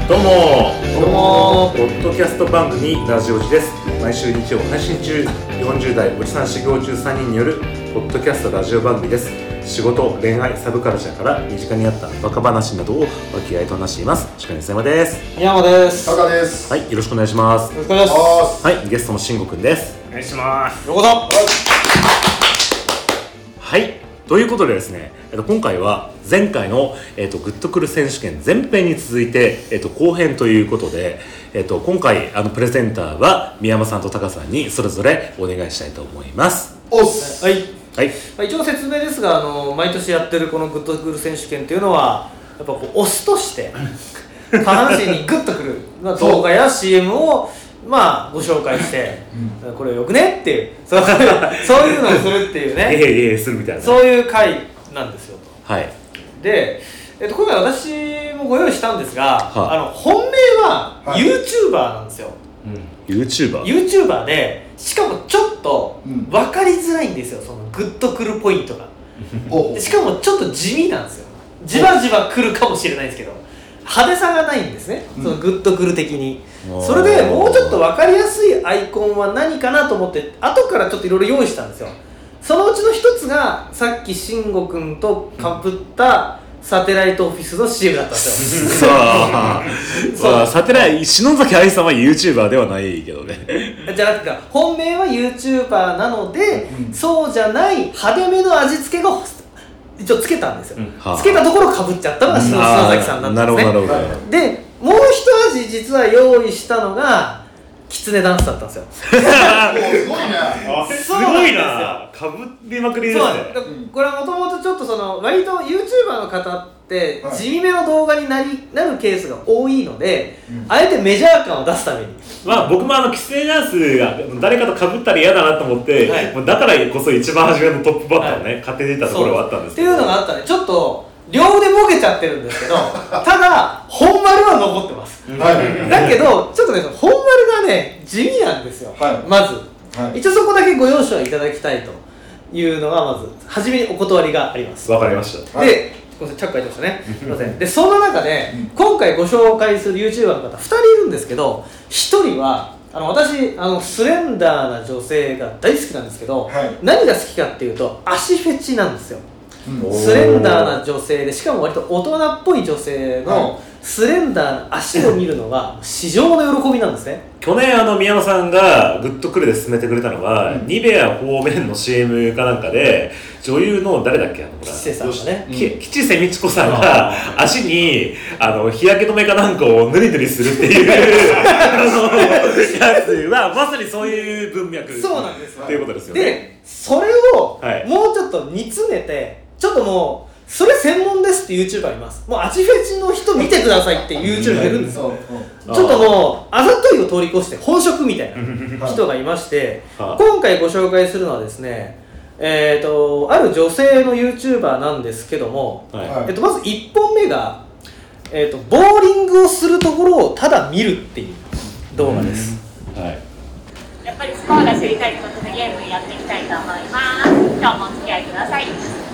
どうもポッドキャスト番組ラジオジです。毎週日曜配信中、40代おじさん修行中3人によるポッドキャストラジオ番組です。仕事、恋愛、サブカルチャーから身近にあったバカ話などを和気あいと話しています。鹿根さまです。 宮山です。 タカです。 はい、よろしくお願いします。 よろしくお願いします。 はい、ゲストの慎吾くんです。 お願いします。 ようこそ。 はい、ということでですね、今回は前回の、グッとくる選手権前編に続いて、後編ということで、今回プレゼンターは宮山さんとタカさんにそれぞれお願いしたいと思います。 おっす。はい。 はい、 一応説明ですが、毎年やってるこのグッとくる選手権というのはやっぱこうオスとして下半身にグッとくる動画や CM をご紹介して、これよくねっていうそういうのをするっていうねするみたいな、 そういう回なんですよと。 はい。 で、今回私もご用意したんですが、本命は YouTuber なんですよ。YouTuber で、しかもちょっと分かりづらいんですよ、そのグッとくるポイントがでしかもちょっと地味なんですよ。じわじわくるかもしれないですけど派手さがないんですね、そのグッとくる的に。それでもうちょっと分かりやすいアイコンは何かなと思って後からちょっといろいろ用意したんですよ。そのうちの一つがさっき慎吾くんとかぶったサテライトオフィスの CM だったんですよ。 サテライト篠崎愛さんは YouTuber ではないけどね。 じゃなくて本命は YouTuber なので、そうじゃない派手めの味付けが一応つけたんですよ。つけたところかぶっちゃったのが篠崎さんだったんですね。でもう一味実は用意したのがキツネダンスだったんですよ。 すごいね。 すごいな。かぶりまくりですね。 これはもともとちょっと割と YouTuber の方って地味めの動画になるケースが多いので、あえてメジャー感を出すために。 僕もキツネダンスが誰かとかぶったら嫌だなと思って、もうだからこそ一番初めのトップバッターをね、勝手に出たところはあったんですけど。 っていうのがあったんで、ちょっと両腕ボケちゃってるんですけど、ただ本丸は残ってます。だけどちょっとね、本丸がね地味なんですよ。まず、一応そこだけご容赦いただきたいというのがまず初めにお断りがあります。 わかりました。 で、ごめんなさい、チャック開いてましたね。すいません。で、その中で今回ご紹介する YouTuber の方2人いるんですけど、1人は私スレンダーな女性が大好きなんですけど、何が好きかっていうと足フェチなんですよ。スレンダーな女性で、しかも割と大人っぽい女性のスレンダーな足を見るのが至上の喜びなんですね。 去年宮山さんがグッとくるで勧めてくれたのは、ニベア方面の CM かなんかで女優の誰だっけ、 吉瀬さんがね、 吉瀬美智子さんが足に日焼け止めかなんかを塗り塗りするっていうやつはまさにそういう文脈そうなんですよっていうことですよね。 で、それをもうちょっと煮詰めて、ちょっともうそれ専門ですって YouTuber います。もう足フェチの人見てくださいって YouTuber がいるんですよ。ちょっともうあざといを通り越して本職みたいな人がいまして、今回ご紹介するのはですね、ある女性の YouTuber なんですけども、まず1本目が、ボーリングをするところをただ見るっていう動画です。 やっぱりスコアが知りたいということでゲームやっていきたいと思います。今日もお付き合いください。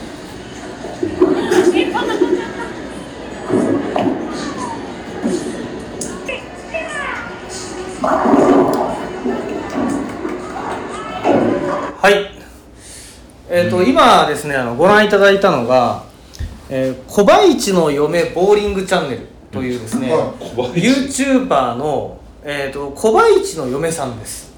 はい、今ですね、ご覧いただいたのが、小林の嫁ボーリングチャンネルというですね、YouTuber の、小林の嫁さんです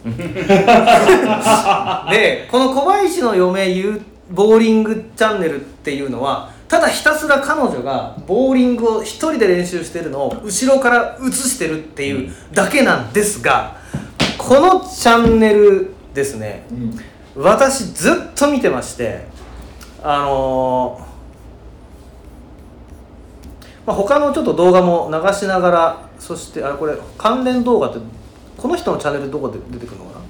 で、この小林の嫁ボーリングチャンネルっていうのは、ただひたすら彼女がボーリングを一人で練習してるのを後ろから映してるっていうだけなんですが、このチャンネルですね、私ずっと見てまして、他のちょっと動画も流しながら、そしてこれ関連動画ってこの人のチャンネルどこで出てくるのかな、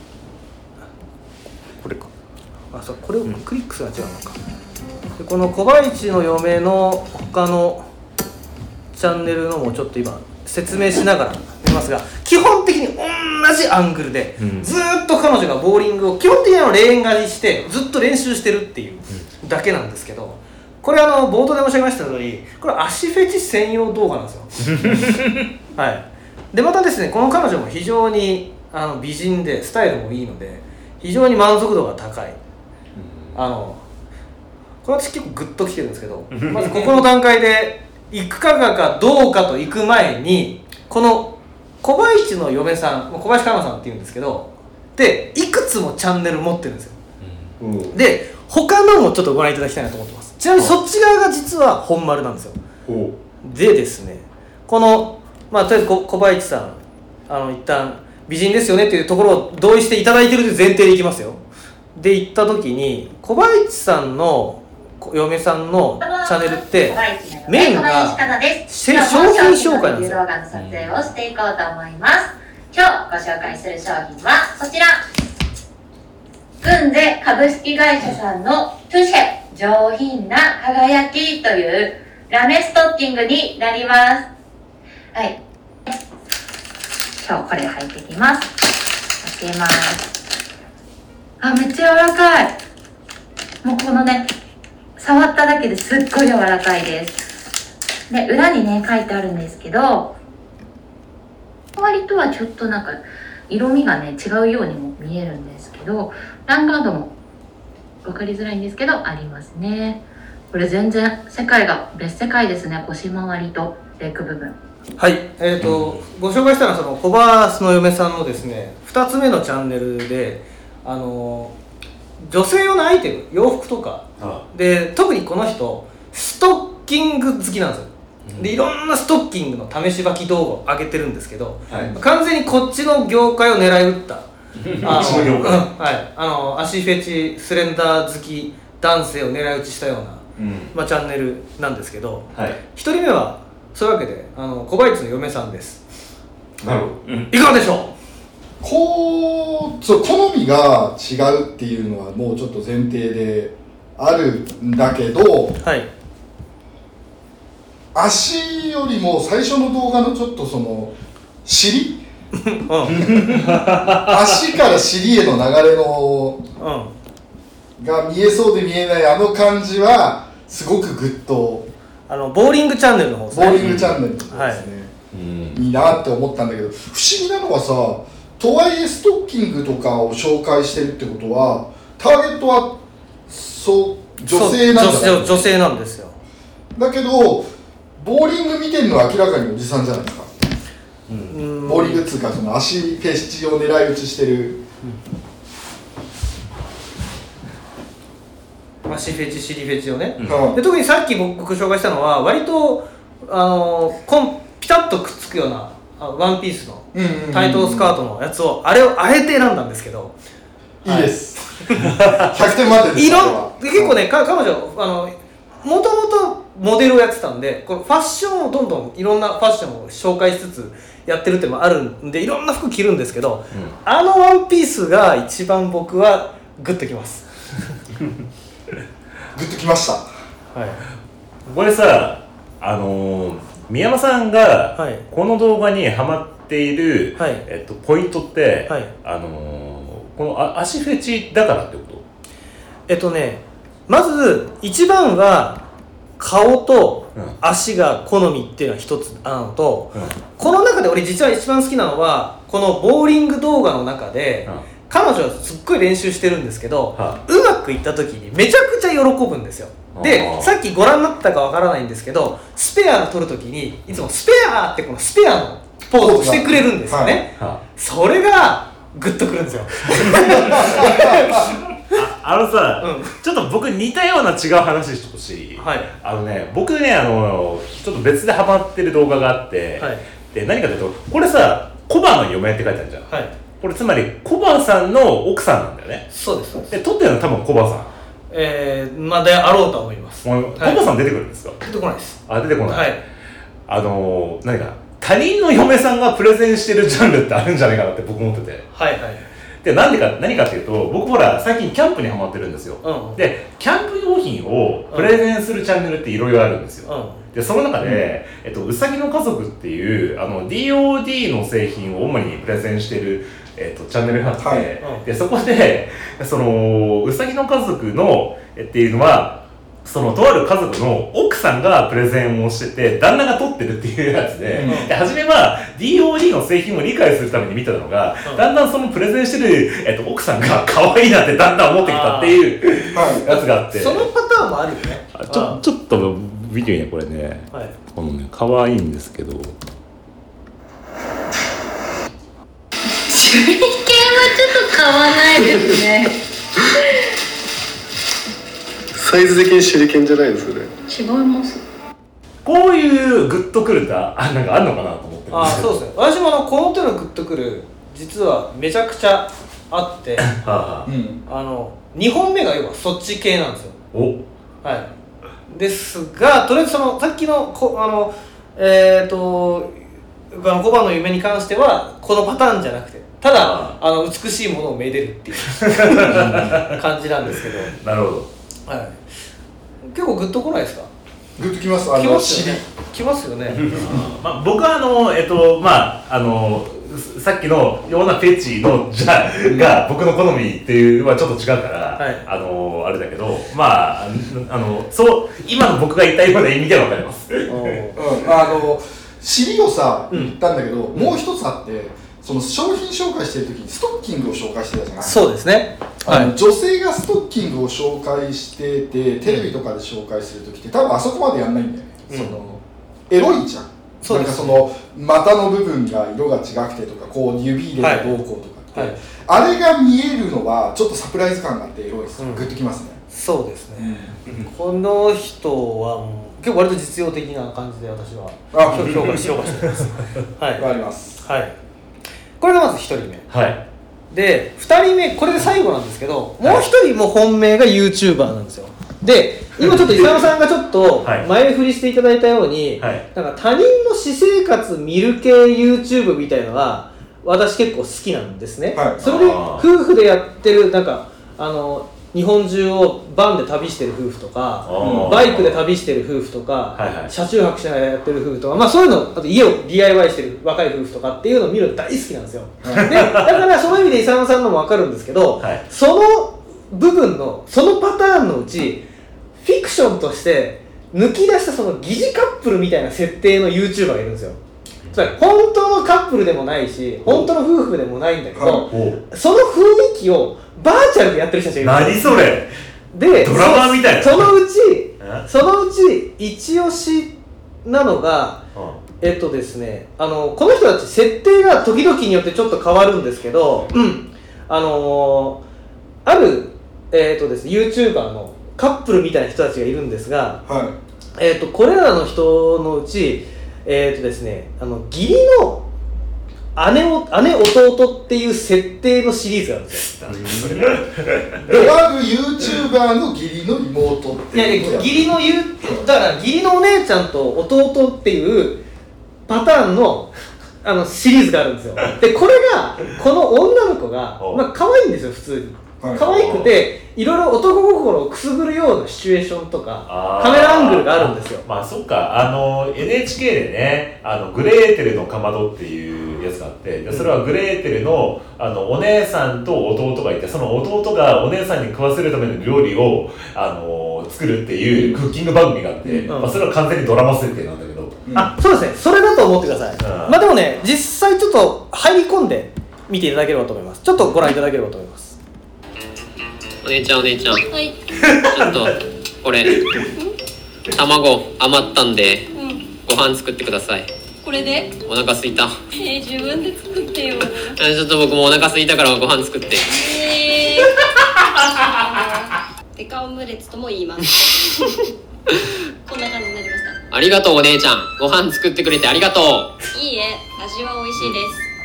これか、そう、これをクリックするのは違うのか。で、この小林の嫁の他のチャンネルのもちょっと今説明しながら見ますが、基本的に同じアングルで、ずっと彼女がボーリングを基本的にレーン狩りしてずっと練習してるっていうだけなんですけど、 これ冒頭で申し上げました通り、これ足フェチ専用動画なんですよはい。でまたですね、この彼女も非常に美人でスタイルもいいので非常に満足度が高い。これ私結構グッときてるんですけどまずここの段階で行くかどうかと行く前に、この小林の嫁さん、小林香奈さんっていうんですけど、でいくつもチャンネル持ってるんですよ、で他のもちょっとご覧いただきたいなと思ってます。ちなみにそっち側が実は本丸なんですよ。でですね、このとりあえず小林さん一旦美人ですよねっていうところを同意していただいてるという前提でいきますよ。で行った時に小林さんの嫁さんのチャンネルってメインが商品紹介なんですよ。 動画の撮影をしていこうと思います。今日ご紹介する商品はこちら、グンゼ株式会社さんのトゥシェ上品な輝きというラメストッキングになります。はい、今日これ履いてきます。開けます。めっちゃ柔らかい。もうこのね、触っただけですっごい柔らかいです。で、裏にね書いてあるんですけど、割とはちょっとなんか色味がね違うようにも見えるんですけど、ランガードも分かりづらいんですけどありますね。これ全然世界が別世界ですね。腰回りとレッグ部分。 はい、ご紹介したのはその小林の嫁さんのですね2つ目のチャンネルで、女性用のアイテム、洋服とかで、特にこの人ストッキング好きなんですよ。でいろんなストッキングの試し履き動画を上げてるんですけど、完全にこっちの業界を狙い撃った足フェチスレンダー好き男性を狙い撃ちしたような、チャンネルなんですけど、1人目はそういうわけで小林の嫁さんです。 なるほど、 いかがでしょう。 好みが違うっていうのはもうちょっと前提であるんだけど、足よりも最初の動画のちょっとその尻足から尻への流れの、が見えそうで見えない感じはすごくグッとボーリングチャンネルの方ですね。 ボーリングチャンネルの方ですね、いいなって思ったんだけど、不思議なのがさ、とはいえストッキングとかを紹介してるってことはターゲットは女性なんじゃない？ 女性なんですよ。 だけどボーリング見てるのは明らかにおじさんじゃないですか。ボーリングっつうかその足フェチを狙い撃ちしてる、 足フェチ、尻フェチをね、で特にさっき僕紹介したのは割とピタッとくっつくようなワンピースのタイトスカートのやつをあえて選んだんですけど、 いいです、100点満点です。 結構ね、彼女もともとモデルをやってたんで、このファッションをどんどんいろんなファッションを紹介しつつやってるっていうのもあるんで、いろんな服着るんですけど、ワンピースが一番僕はグッときますグッときました。 これさ、宮山さんがこの動画にハマっている、ポイントって、この足フェチだからってこと？ まず一番は顔と足が好みっていうのは一つなのと、この中で俺実は一番好きなのはこのボーリング動画の中で、彼女はすっごい練習してるんですけど、うまくいった時にめちゃくちゃ喜ぶんですよ。でさっきご覧になったかわからないんですけど、スペアを取る時にいつもスペアってこのスペアのポーズをしてくれるんですよね。それがグッとくるんですよちょっと僕似たような違う話してほしい。僕ねちょっと別でハマってる動画があって、で何かというと、これさコバの嫁って書いてあるじゃん。これつまりコバさんの奥さんなんだよね。 そうです、そうです。 で撮ってるのは多分コバさんであろうと思います。 コバさん出てくるんですか？ 出てこないです。 出てこない。何か他人の嫁さんがプレゼンしてるジャンルってあるんじゃないかなって僕思ってて。で何かっていうと、僕ほら最近キャンプにハマってるんですよ。でキャンプ用品をプレゼンするチャンネルっていろいろあるんですよ。でその中で、うさぎの家族っていうDOD の製品を主にプレゼンしてるチャンネルがあって、でそこでそのうさぎの家族のっていうのはそのとある家族の奥さんがプレゼンをしてて旦那が撮ってるっていうやつで、で初めは DOD の製品を理解するために見てたのが、だんだんそのプレゼンしてる、奥さんが可愛いなってだんだん思ってきたっていうやつがあって、 そのパターンもあるよね。 ちょっと見てみねこれね、このね可愛いんですけど、 手裏剣はちょっと買わないですね。 サイズ的に手裏剣じゃないですそれ。 違います。 こういうグッとくるってなんかあるのかなと思ってるんですけど。 そうですね。私もこの手のグッとくる実はめちゃくちゃあって、2本目が要はそっち系なんですよ。ですが、とりあえずそのさっきの5番の夢に関してはこのパターンじゃなくて、ただ美しいものをめでるっていう感じなんですけど。 なるほど。 結構グッとこないですか？ グッときます。 きますよね。 僕はさっきのようなフェチのが僕の好みっていうのはちょっと違うから、あれだけど、そう今の僕が言ったような意味では分かります。 尻をさ言ったんだけど、もう一つあって、その商品紹介してる時にストッキングを紹介してたじゃない。 そうですね。 女性がストッキングを紹介してて、テレビとかで紹介する時って多分あそこまでやんないんだよね。そのエロいじゃん。なんかその股の部分が色が違くてとか、こう指入れてどうこうとかって、あれが見えるのはちょっとサプライズ感があってエロいです。グッときますね。 そうですね。この人は結構割と実用的な感じで私は評価してます。 わかります。 これがまず1人目。で2人目、これで最後なんですけど、もう1人も本命が YouTuber なんですよ。で今ちょっと伊沢さんがちょっと前振りしていただいたように、なんか他人の私生活見る系 YouTube みたいなのは私結構好きなんですね。それで夫婦でやってるなんか日本中をバンで旅してる夫婦とか、バイクで旅してる夫婦とか、車中泊しながらやってる夫婦とか、そういうの、あと家を DIY してる若い夫婦とかっていうのを見るの大好きなんですよ。でだからその意味で伊沢さんのも分かるんですけど、その部分のそのパターンのうちフィクションとして抜き出したその疑似カップルみたいな設定の YouTuber がいるんですよ。つまり本当のカップルでもないし本当の夫婦でもないんだけど、その雰囲気をバーチャルでやってる人たちがいるんですよ。 何それでドラマみたいな。 そのうち一押しなのがですね、この人たち設定が時々によってちょっと変わるんですけど、あるですね YouTuber のカップルみたいな人たちがいるんですが、これらの人のうちですね、義理の姉弟っていう設定のシリーズがあるんですよ。 とある YouTuber の義理の妹っていう。 義理のだから義理のお姉ちゃんと弟っていうパターンのシリーズがあるんですよ。でこれがこの女の子が可愛いんですよ。普通に可愛くていろいろ男心をくすぐるようなシチュエーションとかカメラアングルがあるんですよ。 そっか、NHK でねグレーテルのかまどっていうやつがあって、それはグレーテルのお姉さんと弟がいて、その弟がお姉さんに食わせるための料理を作るっていうクッキング番組があって、それは完全にドラマ設定なんだけど、 そうですね、それだと思ってください。でもね、実際ちょっと入り込んで見ていただければと思います。ちょっとご覧いただければと思います。 お姉ちゃん、はい、ちょっとこれ卵余ったんで、ご飯作ってください。 これでお腹すいた。 自分で作ってよ。 ちょっと僕もお腹すいたからご飯作って。 デカオムレツとも言いますこんな感じになりました。 ありがとうお姉ちゃん、ご飯作ってくれてありがとう。 いいえ、味は美味しいです。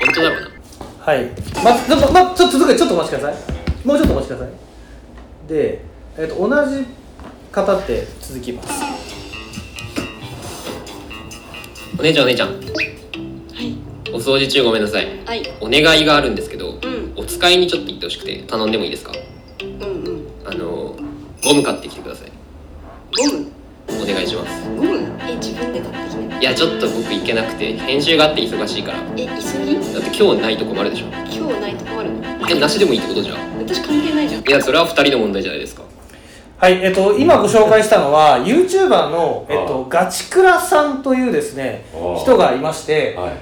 本当だろうな。 はい、ちょっとお待ちください。もうちょっとお待ちください。で、同じ方って続きます。 お姉ちゃん、 はい、 お掃除中ごめんなさい。 はい、 お願いがあるんですけど、お使いにちょっと行ってほしくて頼んでもいいですか？ゴム買ってきてください。 ゴム？ お願いします。 ゴム？自分で買ってきて。 いや、ちょっと僕行けなくて、編集があって忙しいから。 急ぎ？ だって今日ないと困るでしょ。 今日ないと困るの？ なしでもいいってことじゃん。 私関係ないじゃん。 いや、それは2人の問題じゃないですか。 はい、今ご紹介したのは YouTuber の、ガチクラさんというですね人がいまして、はい、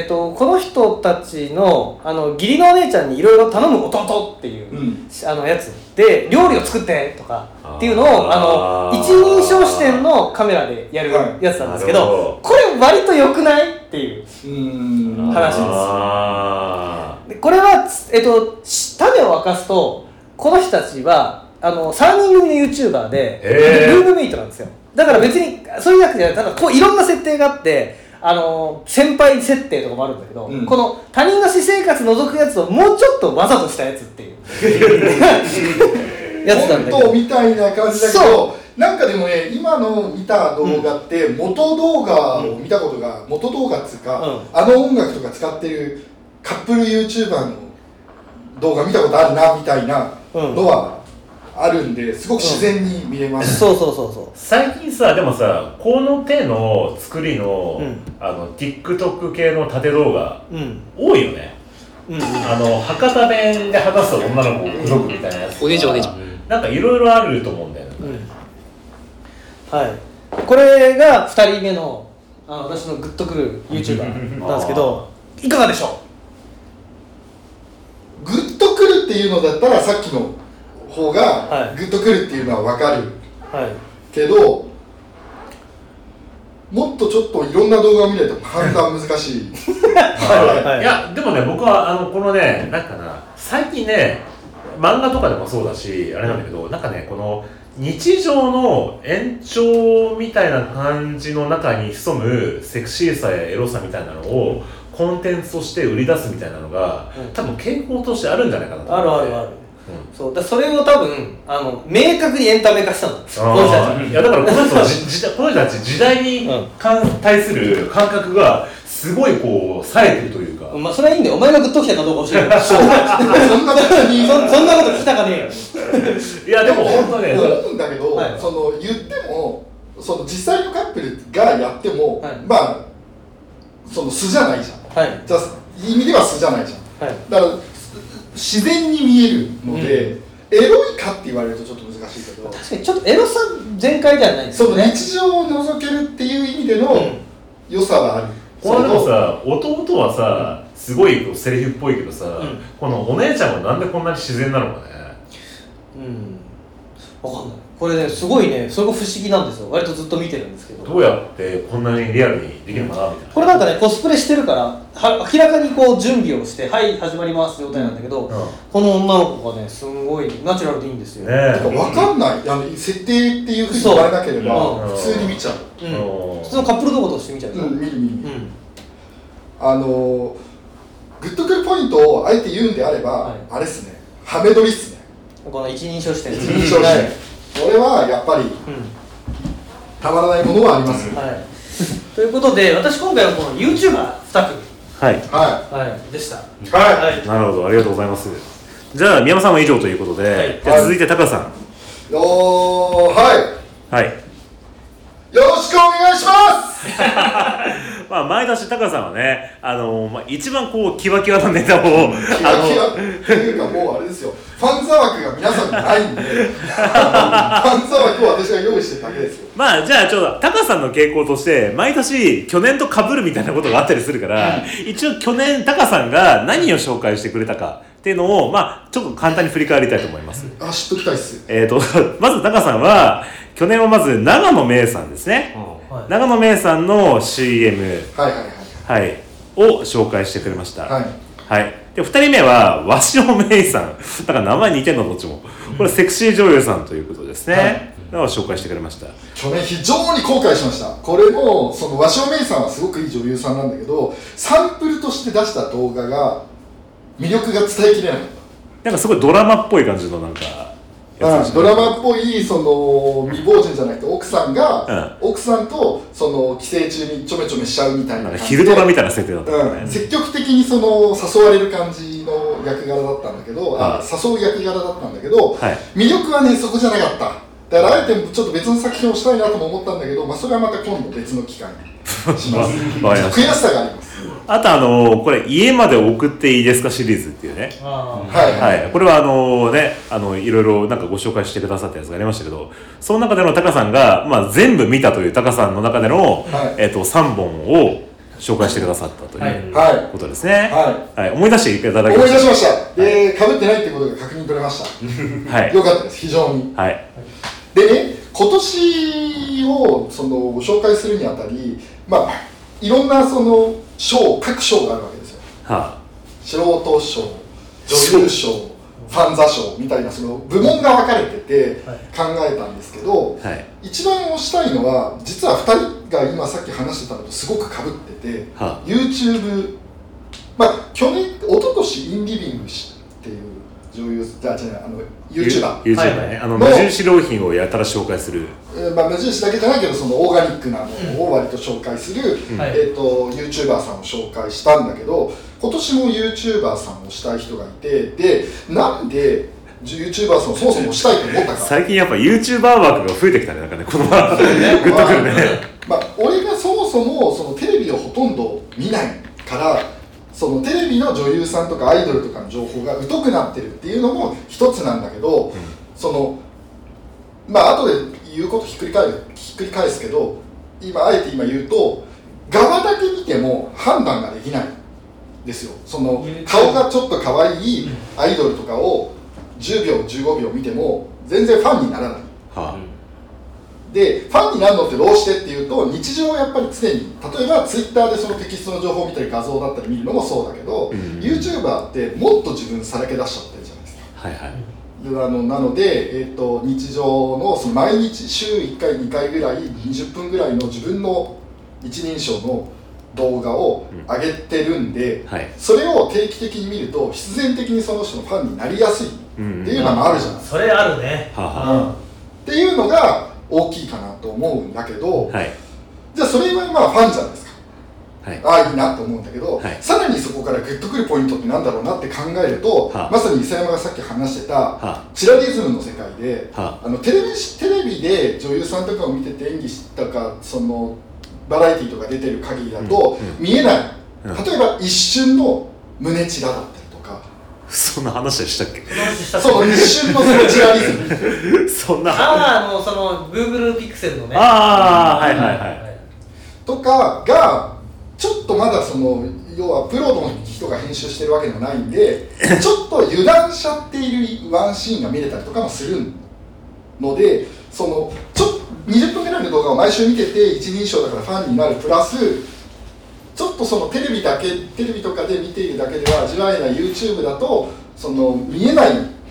この人たちの義理のお姉ちゃんにいろいろ頼む弟っていう、やつで料理を作ってとかっていうのを一人称視点のカメラでやるやつなんですけど、これ割と良くないっていう話です。でこれは、種を明かすとこの人たちは3人組の YouTuber で、ルームメイトなんですよ。だから別にそういうわけじゃない、ただこういろんな設定があって、先輩設定とかもあるんだけど、この他人の私生活覗くやつをもうちょっとわざとしたやつっていうやつなんだけど、 本当みたいな感じだけど、なんかでもね、今の見た動画って元動画を見たことが、元動画っつうか、音楽とか使ってるカップル YouTuber の動画見たことあるなみたいなのはあるんで、すごく自然に見れます、 そう最近さ、でもさ、この手の作りの、TikTok 系の縦動画、多いよね。博多弁で話す女の子を口説くみたいなやつ、 お姉ちゃんなんかいろいろあると思うんだよね。 はい、これが2人目の私のグッとくる YouTuber なんですけど、いかがでしょう。グッとくるっていうのだったらさっきの方がグッとくるっていうのは分かる、けど、もっとちょっといろんな動画を見ないと判断難しい。 いやでもね、僕はこのね、なんかな、最近ね、漫画とかでもそうだしあれなんだけど、なんかね、この日常の延長みたいな感じの中に潜むセクシーさやエロさみたいなのをコンテンツとして売り出すみたいなのが、多分傾向としてあるんじゃないかなと思って。 ある、そうだ、それを多分明確にエンタメ化したの、この人たち。 いやだからこの人たち時代に対する感覚がすごいこう冴えてるというか、 それはいいんだよ、お前がグッときたかどうか教えて。そんなこと聞きたかねえよ。 いやでも本当ね、 思うんだけど、その言っても、その実際のカップルがやっても、まあその素じゃないじゃん。じゃあいい意味では素じゃないじゃん。だから自然に見えるので、エロいかって言われるとちょっと難しいけど、 確かにちょっとエロさ全開ではないですよね。その日常を覗けるっていう意味での良さはある。 このでもさ、弟はさ、すごいセリフっぽいけどさ、このお姉ちゃんはなんでこんなに自然なのかね。 わかんない。これね、すごいね、それが不思議なんですよ。割とずっと見てるんですけど、 どうやってこんなにリアルにできるのかなみたいな。 これなんかね、コスプレしてるから明らかにこう準備をして、はい始まります状態なんだけど、この女の子がね、すごいナチュラルでいいんですよね。 分かんない、設定っていうふうに言われなければ普通に見ちゃう。 普通のカップル動画として見ちゃう。 見る。グッとくるポイントをあえて言うんであれば、あれっすね、ハメ撮りっすね。 この一人称視点。 これはやっぱり、たまらないものはあります。 ということで、私今回はこの YouTuber2 組でした。 なるほど、ありがとうございます。じゃあ宮間さんは以上ということで、続いて高さん。 よろしくお願いします。 まあ前出し高さんはね、一番こうキワキワなネタをキワキワっていうか、もうあれですよ、ファンザ枠が皆さんにないんでファンザ枠を私が用意してるだけですよ。 まあじゃあちょうど高さんの傾向として毎年去年と被るみたいなことがあったりするから、一応去年高さんが何を紹介してくれたかっていうのを、まあちょっと簡単に振り返りたいと思います。 知っときたいっす。 まず高さんは去年はまず長野めいさんですね、長野めいさんの CM を紹介してくれました。で2人目は鷲尾めいさん、だから名前似てるのどっちも、これセクシー女優さんということですね、を紹介してくれました。 去年非常に後悔しました。これもその鷲尾めいさんはすごくいい女優さんなんだけど、サンプルとして出した動画が魅力が伝えきれなかった。 なんかすごいドラマっぽい感じのなんかドラマっぽい、その未亡人じゃなくて奥さんが、奥さんとその寄生虫にちょめちょめしちゃうみたいな感じで、 昼ドラみたいな設定だったね、 積極的にその誘われる感じの役柄だったんだけど、誘う役柄だったんだけど、魅力はねそこじゃなかった。だからあえてちょっと別の作品をしたいなとも思ったんだけど、それはまた今度別の機会にしますわかりました。 悔しさがあります。 あとこれ家まで送っていいですかシリーズっていうね、はい、これはいろいろなんかご紹介してくださったやつがありましたけど、その中でのタカさんが、全部見たというタカさんの中での、3本を紹介してくださったということですね。はい、思い出していただきました。 思い出しました。被ってないってことが確認取れました。はい、よかったです、非常に。はい、でね、今年を紹介するにあたり、いろんな賞、各賞があるわけですよ。素人賞、女優賞、ファンザ賞みたいな部門が分かれてて考えたんですけど、一番推したいのは実は2人が今さっき話してたのとすごく被ってて、YouTube、去年、一昨年インリビングっていう女優、YouTuber ね、無印良品をやたら紹介する、 無印だけじゃないけどオーガニックなものを割と紹介する、YouTuber さんを紹介したんだけど、今年も YouTuber さんをしたい人がいて、でなんで YouTuber さんをそもそもしたいと思ったか。 最近やっぱ YouTuber 枠が増えてきたね、なんかね、このグッとくるね。 俺がそもそもテレビをほとんど見ないから、テレビの女優さんとかアイドルとかの情報が疎くなってるっていうのも一つなんだけど、後で言うことひっくり返すけど、あえて今言うと、側だけ見ても判断ができないんですよ。顔がちょっと可愛いアイドルとかを10秒15秒見ても全然ファンにならない。でファンになるのってどうしてっていうと、日常をやっぱり常に、例えばツイッターでテキストの情報を見たり画像だったり見るのもそうだけど、YouTuber ってもっと自分さらけ出しちゃってるじゃないですか。なので、日常の毎日週1回2回ぐらい20分ぐらいの自分の一人称の動画を上げてるんで、それを定期的に見ると必然的にその人のファンになりやすいっていうのもあるじゃないですか。 それあるね。 っていうのが大きいかなと思うんだけど、じゃあそれはファンじゃないですか。いいなと思うんだけど、さらにそこからグッとくるポイントってなんだろうなって考えると、まさに伊佐山がさっき話してたチラリズムの世界で、テレビで女優さんとかを見てて演技したか、バラエティーとか出てる限りだと見えない、例えば一瞬の胸チラだったりとか、 そんな話したっけ？ その一瞬のチラリズムそんな Google ピクセルのね、 とかがちょっとまだ要はプロの人が編集してるわけでもないんでちょっと油断しちゃっているワンシーンが見れたりとかもするので、ちょっと20分ぐらいの動画を毎週見てて一人称だからファンになるプラス、ちょっとテレビとかで見ているだけでは味わえない YouTube だと見えない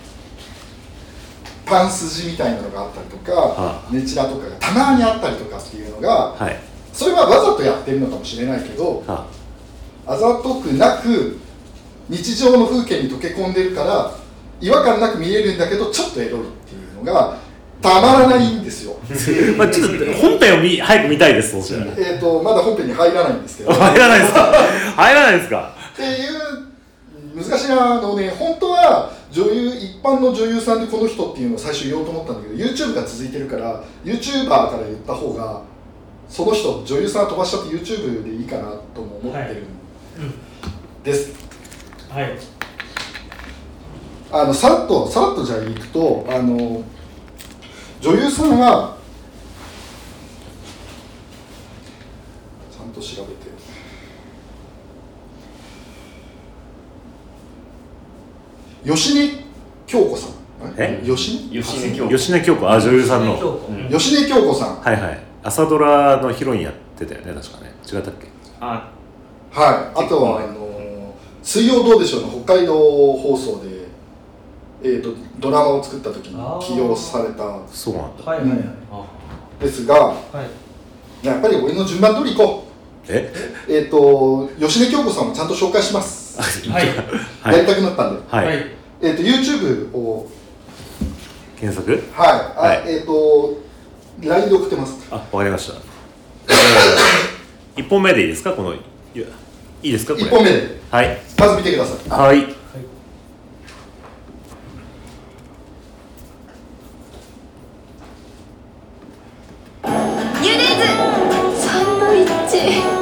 パン筋みたいなのがあったりとか、ネチラとかがたまにあったりとかっていうのが、それはわざとやってるのかもしれないけど、あざとくなく日常の風景に溶け込んでるから違和感なく見えるんだけどちょっとエロいっていうのがたまらないんですよ。 ちょっと本編を早く見たいです。そうしたらまだ本編に入らないんですけど入らないですか入らないですかっていう難しいなのね。本当は一般の女優さんでこの人っていうのを最初言おうと思ったんだけど YouTube が続いてるから YouTuber から言った方がその人女優さん飛ばしちゃって YouTube でいいかなとも思ってるんです。さらっとじゃあいくと女優さんはちゃんと調べて芳根京子さん。 芳根京子、女優さんの芳根京子さん、 朝ドラのヒロインやってたよね、確かね。違ったっけ？ あとは水曜どうでしょうの北海道放送で、ドラマを作った時に起用された。 そうなんだ。 ですが、やっぱり俺の順番通りいこう。芳根京子さんもちゃんと紹介します。やりたくなったんで。YouTube を検索。 LINE で送ってます。 わかりました。1本目でいいですか？いいですか？これ 1本目で。まず見てください。 ニューデイズサンドイッチ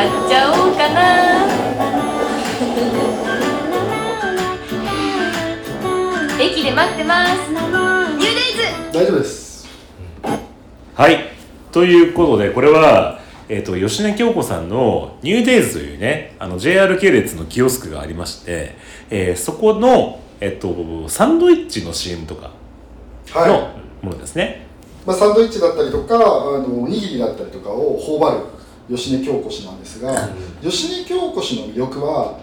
買っちゃおうかな。駅で待ってます。ニューデイズ。 大丈夫です。 はい、ということでこれは、吉根京子さんのニューデイズというねJR 系列のキオスクがありまして、そこの、サンドイッチの CM とかのものですね、 まあ、サンドイッチだったりとかおにぎりだったりとかを頬張る吉根京子氏なんですが、吉根京子氏の魅力は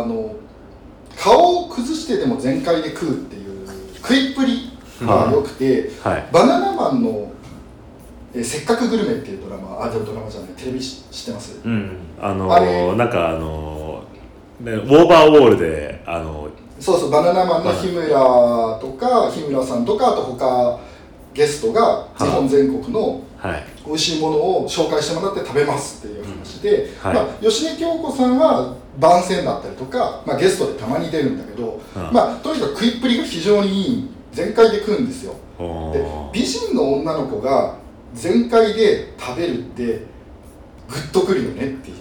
顔を崩してでも全開で食うっていう食いっぷりが良くて、バナナマンのせっかくグルメっていうドラマ、ドラマじゃない、テレビ知ってます？あれなんかね、オーバーオールでそうそうバナナマンの日村とか日村さんとかあと他ゲストが日本全国の美味しいものを紹介してもらって食べますっていう話で、まあ、吉根京子さんは番宣だったりとか、まあ、ゲストでたまに出るんだけど、まあ、とにかく食いっぷりが非常にいい、全開で食うんですよ。で美人の女の子が全開で食べるってグッとくるよねっていう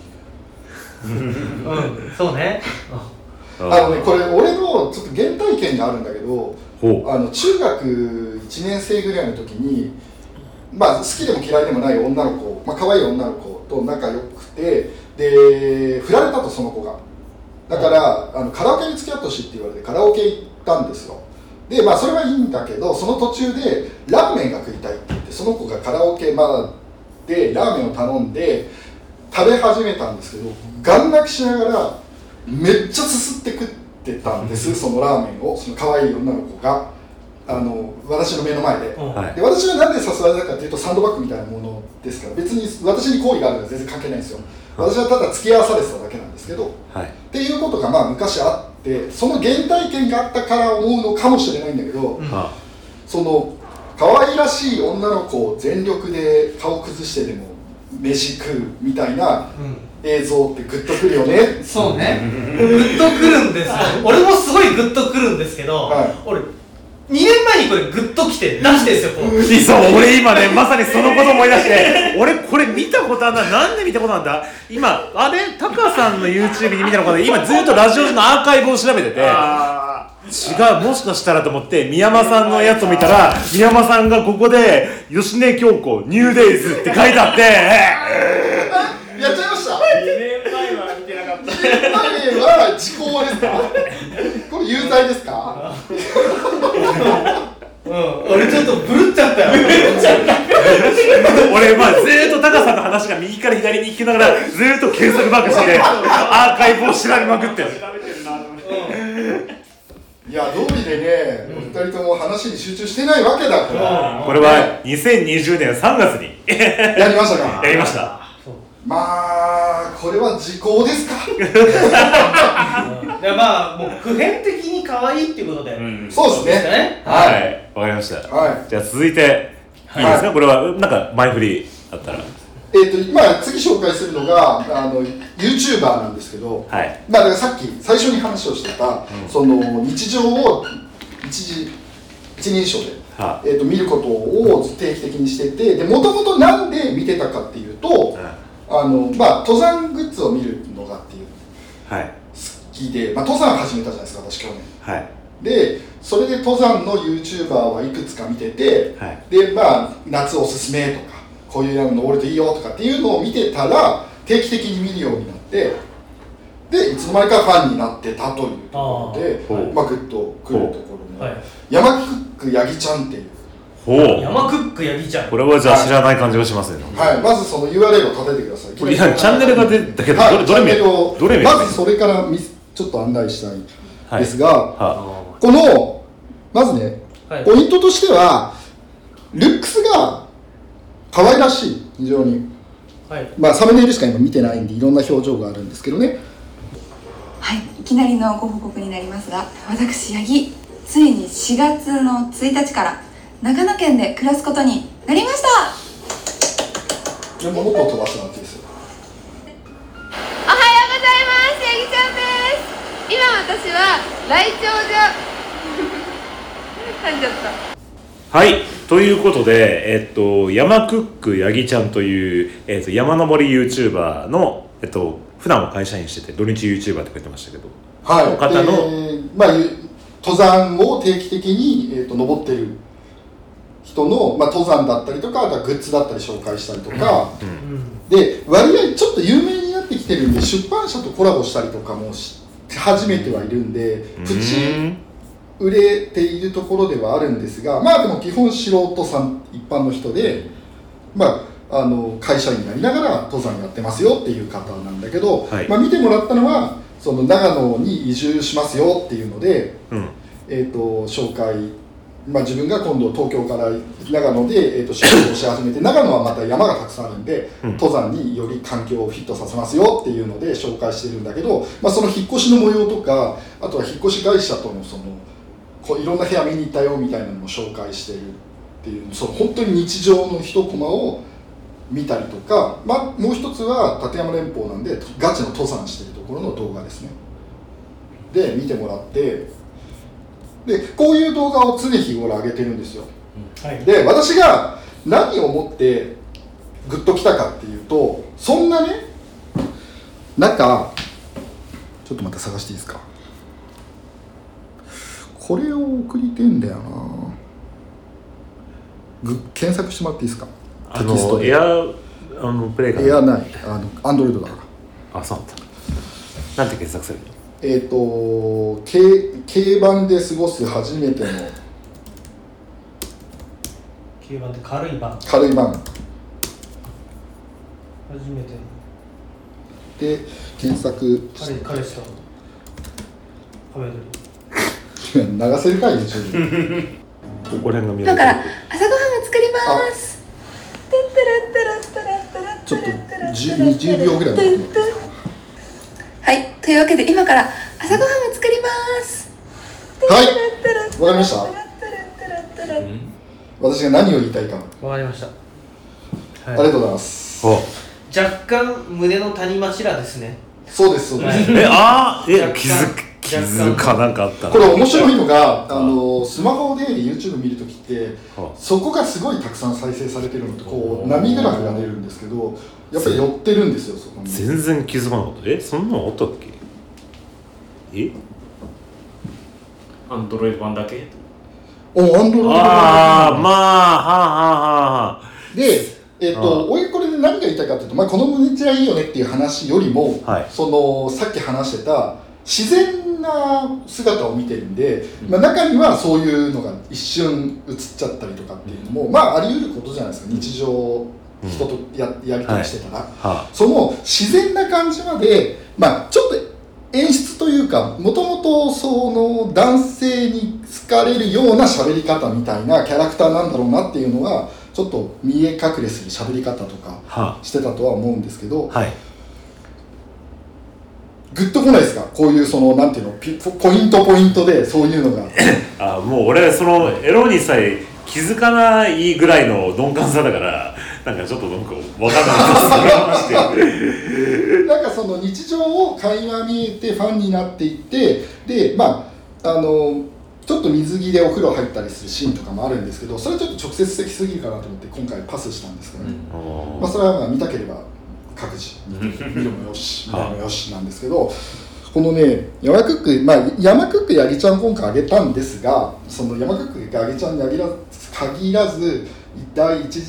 そうね。 これ俺のちょっと原体験があるんだけど、中学1年生ぐらいの時に、まあ、好きでも嫌いでもない女の子、まあ可愛い女の子と仲良くて、で振られたとその子が。だからカラオケに付き合ってほしいって言われてカラオケ行ったんですよ。でまあそれはいいんだけど、その途中でラーメンが食いたいって言ってその子がカラオケまでラーメンを頼んで食べ始めたんですけど、ガン泣きしながらめっちゃすすって食ってたんです、そのラーメンを、その可愛い女の子が私の目の前で、で私はなんで誘われたかというとサンドバッグみたいなものですから、別に私に好意があるのは全然関係ないんですよ。私はただ付き合わされてただけなんですけど、っていうことがまあ昔あって、その原体験があったから思うのかもしれないんだけど、その可愛らしい女の子を全力で顔崩してでも飯食うみたいな映像ってグッとくるよね。 そうね、グッとくるんですよ。俺もすごいグッとくるんですけど、俺2年前にこれグッときて出してですよ。 そう俺今ねまさにそのこと思い出して俺これ見たことあるんだ。なんで見たことあるんだ。今タカさんの YouTube に見たのかな。今ずっとラジオのアーカイブを調べてて、違う、もしかしたらと思って宮山さんのやつを見たら、宮山さんがここで吉根京子ニューデイズって書いてあってやっちゃいました。2 年前は見てなかった。 2年前は時効ですか？これ有罪ですか？ 俺ちょっとブルっちゃったよ。 俺まあずーっとタカさんの話が右から左に聞きながらずーっと検索バックしてアーカイブを調べまくってる。 いや通りでね、お二人とも話に集中してないわけだから。 これは2020年3月にやりましたか？ やりました。 まあこれは時効ですか？ まあもう普遍的に可愛いっていうことで、 そうですね。 はい、わかりました。じゃあ続いていいですか？これはなんか前振りあったら。 まあ次紹介するのがYouTuber なんですけど、まあだからさっき最初に話をしてた、その日常を一人称で、見ることを定期的にしてて、でもともとなんで見てたかっていうと、まあ登山グッズを見るのがっていう好きで、まあ登山始めたじゃないですか私去年。でそれで登山の YouTuber はいくつか見てて、でまあ夏おすすめとかこういうの登るといいよとかっていうのを見てたら定期的に見るようになって、でいつの間にかファンになってたというところで、まあグッとくるところに、山クックヤギちゃんっていう。 山クックヤギちゃん。 これはじゃあ知らない感じがしますね。 まずその URL を立ててください。 いやチャンネルが出たけど、どれまずそれからちょっと案内したいですが、このまずね、ポイントとしてはルックスが可愛らしい、非常に。まあサムネイルしか今見てないんでいろんな表情があるんですけどね。 はい、いきなりのご報告になりますが、私ヤギついに4月の1日から長野県で暮らすことになりました。 でももっと飛ばした感じですよ。 おはようございます。ヤギちゃんです。今私は来鳥所噛んじゃった。 はい、ということで、山クックヤギちゃんという、山登り YouTuber の、 普段は会社員してて土日 YouTuber って書いてましたけど、 はい、 方の、 登山を定期的に、登ってる人の、登山だったりとか、あとはグッズだったり紹介したりとか、で割合ちょっと有名になってきてるんで出版社とコラボしたりとかもし始めてはいるんで、プチ売れているところではあるんですが、でも基本素人さん一般の人で、会社員になりながら登山やってますよっていう方なんだけど、見てもらったのはその長野に移住しますよっていうので、紹介、自分が今度東京から長野で、仕事をし始めて、長野はまた山がたくさんあるんで、登山により環境をフィットさせますよっていうので紹介してるんだけど、その引っ越しの模様とか、あとは引っ越し会社とのいろんな部屋見に行ったよみたいなのも紹介してるっていう、本当に日常の一コマを見たりとか、もう一つは立山連峰なんでガチの登山してるところの動画ですね。で見てもらって、でこういう動画を常日頃上げてるんですよ。で私が何を思ってグッときたかっていうと、そんなね、ちょっとまた探していいですか。これを送りてんだよな。検索してもらっていいですか。テキストでエアプレイかな。 エアない、アンドロイドだから。 そうなんだ。なんて検索するの。 軽バンで過ごす初めての。 軽バンって軽いバン。 軽いバン。 初めての。で検索。 彼氏とハメ撮り。 流せるかい YouTube ここら辺が見える。 今から朝ごはんを作ります。 ちょっと20秒ぐらい待ってもらっていいですか。 はい、というわけで今から朝ごはんを作ります。 はい、わかりました。私が何を言いたいか。 わかりました。 ありがとうございます。 若干胸の谷柱ですね。 そうですそうです。 気づかなかったな。 これ面白いのが、スマホで YouTube 見るときって、そこがすごいたくさん再生されてるのとこう波グラフが出るんですけど、やっぱり寄ってるんですよ、そこに。 全然気づかなかった。そんなのあったっけ。 アンドロイド版だけ。 アンドロイド版だけ。で俺これで何が言いたいかというと、このミニチュアいいよねっていう話よりも、さっき話してた自然な姿を見てるんで、中にはそういうのが一瞬映っちゃったりとかっていうのも、あり得ることじゃないですか。日常人とやり取りしてたら、その自然な感じまで、ちょっと演出というか、もともとその男性に好かれるような喋り方みたいなキャラクターなんだろうなっていうのがちょっと見え隠れする喋り方とかしてたとは思うんですけど、グッとこないですか。こういうなんていうの、ポイントでそういうのがもう俺エロにさえ気づかないぐらいの鈍感さだから、ちょっと分かんないその日常を垣間見えてファンになっていって、でちょっと水着でお風呂入ったりするシーンとかもあるんですけど、それはちょっと直接的すぎるかなと思って今回パスしたんですけどね。それは見たければ各自見るもよし見るもよしなんですけど、このね山クック、山クックヤギちゃん今回あげたんですが、その山クックヤギちゃんに限らず第一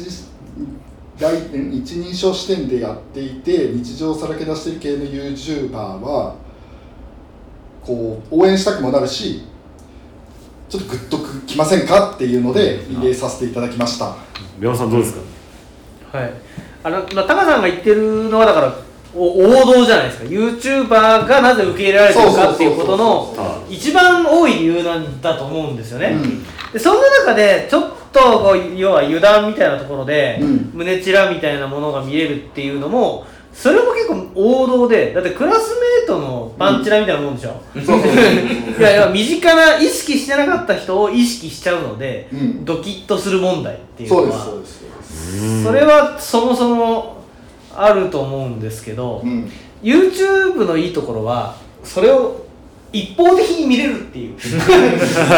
人称視点でやっていて日常をさらけ出している系の YouTuber はこう応援したくもなるし、ちょっとグッときませんかっていうので入れさせていただきました。 宮本さんどうですか。 タカさんが言ってるのはだから王道じゃないですか。 YouTuber がなぜ受け入れられてるかっていうことの一番多い理由なんだと思うんですよね。でそんな中でちょっと要は油断みたいなところで、胸チラみたいなものが見れるっていうのも、それも結構王道で、だってクラスメートのパンチラみたいなもんでしょ。いや身近な意識してなかった人を意識しちゃうので、ドキッとする問題っていうのはそれはそもそもあると思うんですけど、YouTube のいいところはそれを一方的に見れるっていう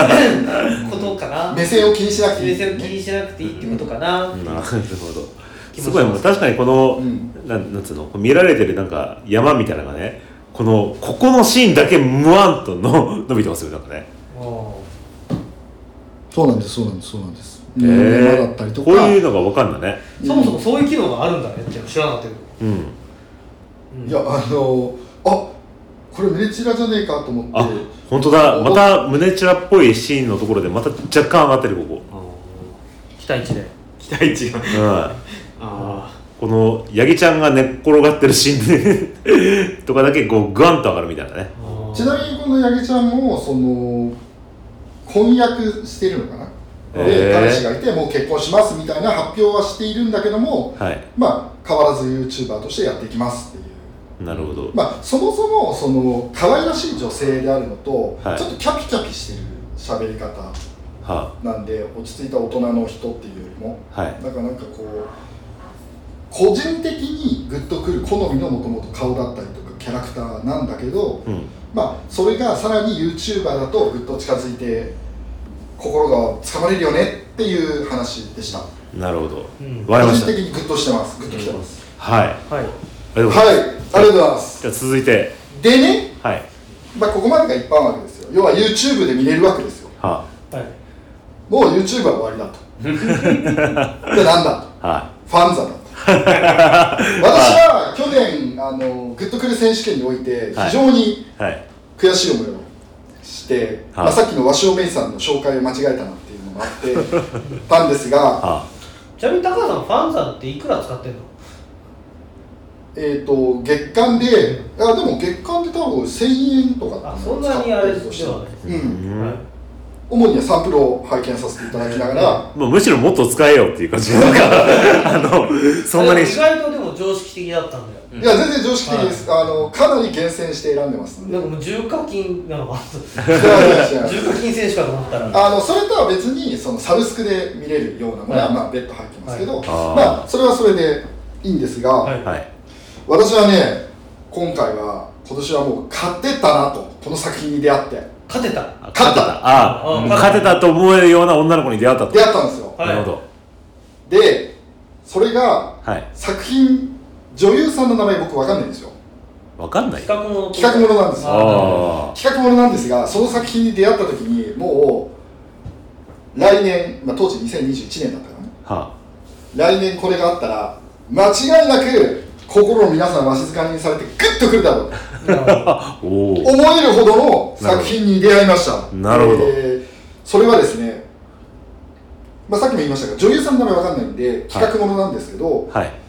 ことかな。 目線を気にしなくていい、 目線を気にしなくていいってことかな。 なるほど。 すごいもう確かにこの、なんつうの見られてるなんか山みたいなのがねここのシーンだけムワンと伸びてますよなんかね。 そうなんです山だったりとかこういうのが分かんだね。 そもそもそういう機能があるんだねって知らなかったけど。 いやこれ胸チラじゃねえかと思って。 あ、本当だ。また胸チラっぽいシーンのところでまた若干上がってるここ。 期待値で。 期待値が。このヤギちゃんが寝っ転がってるシーンでとかだけこうグワンと上がるみたいなね。 ちなみにこのヤギちゃんも婚約してるのかな。で彼氏がいてもう結婚しますみたいな発表はしているんだけども、まあ変わらず YouTuber としてやっていきますっていう。 なるほど。 まあそもそも可愛らしい女性であるのと、ちょっとキャピキャピしてる喋り方なんで、落ち着いた大人の人っていうよりも、だからなんかこう個人的にグッとくる好みのもともと顔だったりとかキャラクターなんだけど、まあそれがさらに YouTuber だとグッと近づいて心がつかまれるよねっていう話でした。 なるほど。 個人的にグッとしてます。グッときてます。 はい。 はい。ありがとうございます。 じゃあ続いて。 でね、 はい。 まあここまでが一般枠ですよ。要は YouTube で見れるわけですよ。 はい。 もう YouTube は終わりだと。でなんだと。はい。ファンザだと。私は去年グッとくる選手権において非常に悔しい思いをして、まあさっきの鷲尾芽衣さんの紹介を間違えたなっていうのがあってたんですが、 ちなみに高橋さんファンザっていくら使ってんの？ 月間で、でも月間で多分1000円とかそんなにあれとしてはね。 主にはサンプルを拝見させていただきながら、 むしろもっと使えよっていう感じなんかそんなに意外とでも常識的だったんだよ。 いや全然常識的です。かなり厳選して選んでますんで。 なんかもう重課金なのかな。重課金選手かと思ったら。 それとは別にサブスクで見れるようなものはまあ別途入ってますけど、まあそれはそれでいいんですが、私はね今年はもう勝てたなと、この作品に出会って。 勝てたと思えるような女の子に出会ったと。 出会ったんですよ。 なるほど。 でそれが作品、女優さんの名前僕分かんないんですよ。 分かんない？ 企画ものなんですよ。企画ものなんですが、その作品に出会った時にもう来年、当時2021年だったかな、来年これがあったら間違いなく心を皆さんわしづかみにされてグッとくるだろうと思えるほどの作品に出会いました。 なるほど。 それはですね、さっきも言いましたが女優さんの名前わかんないんで企画ものなんですけど、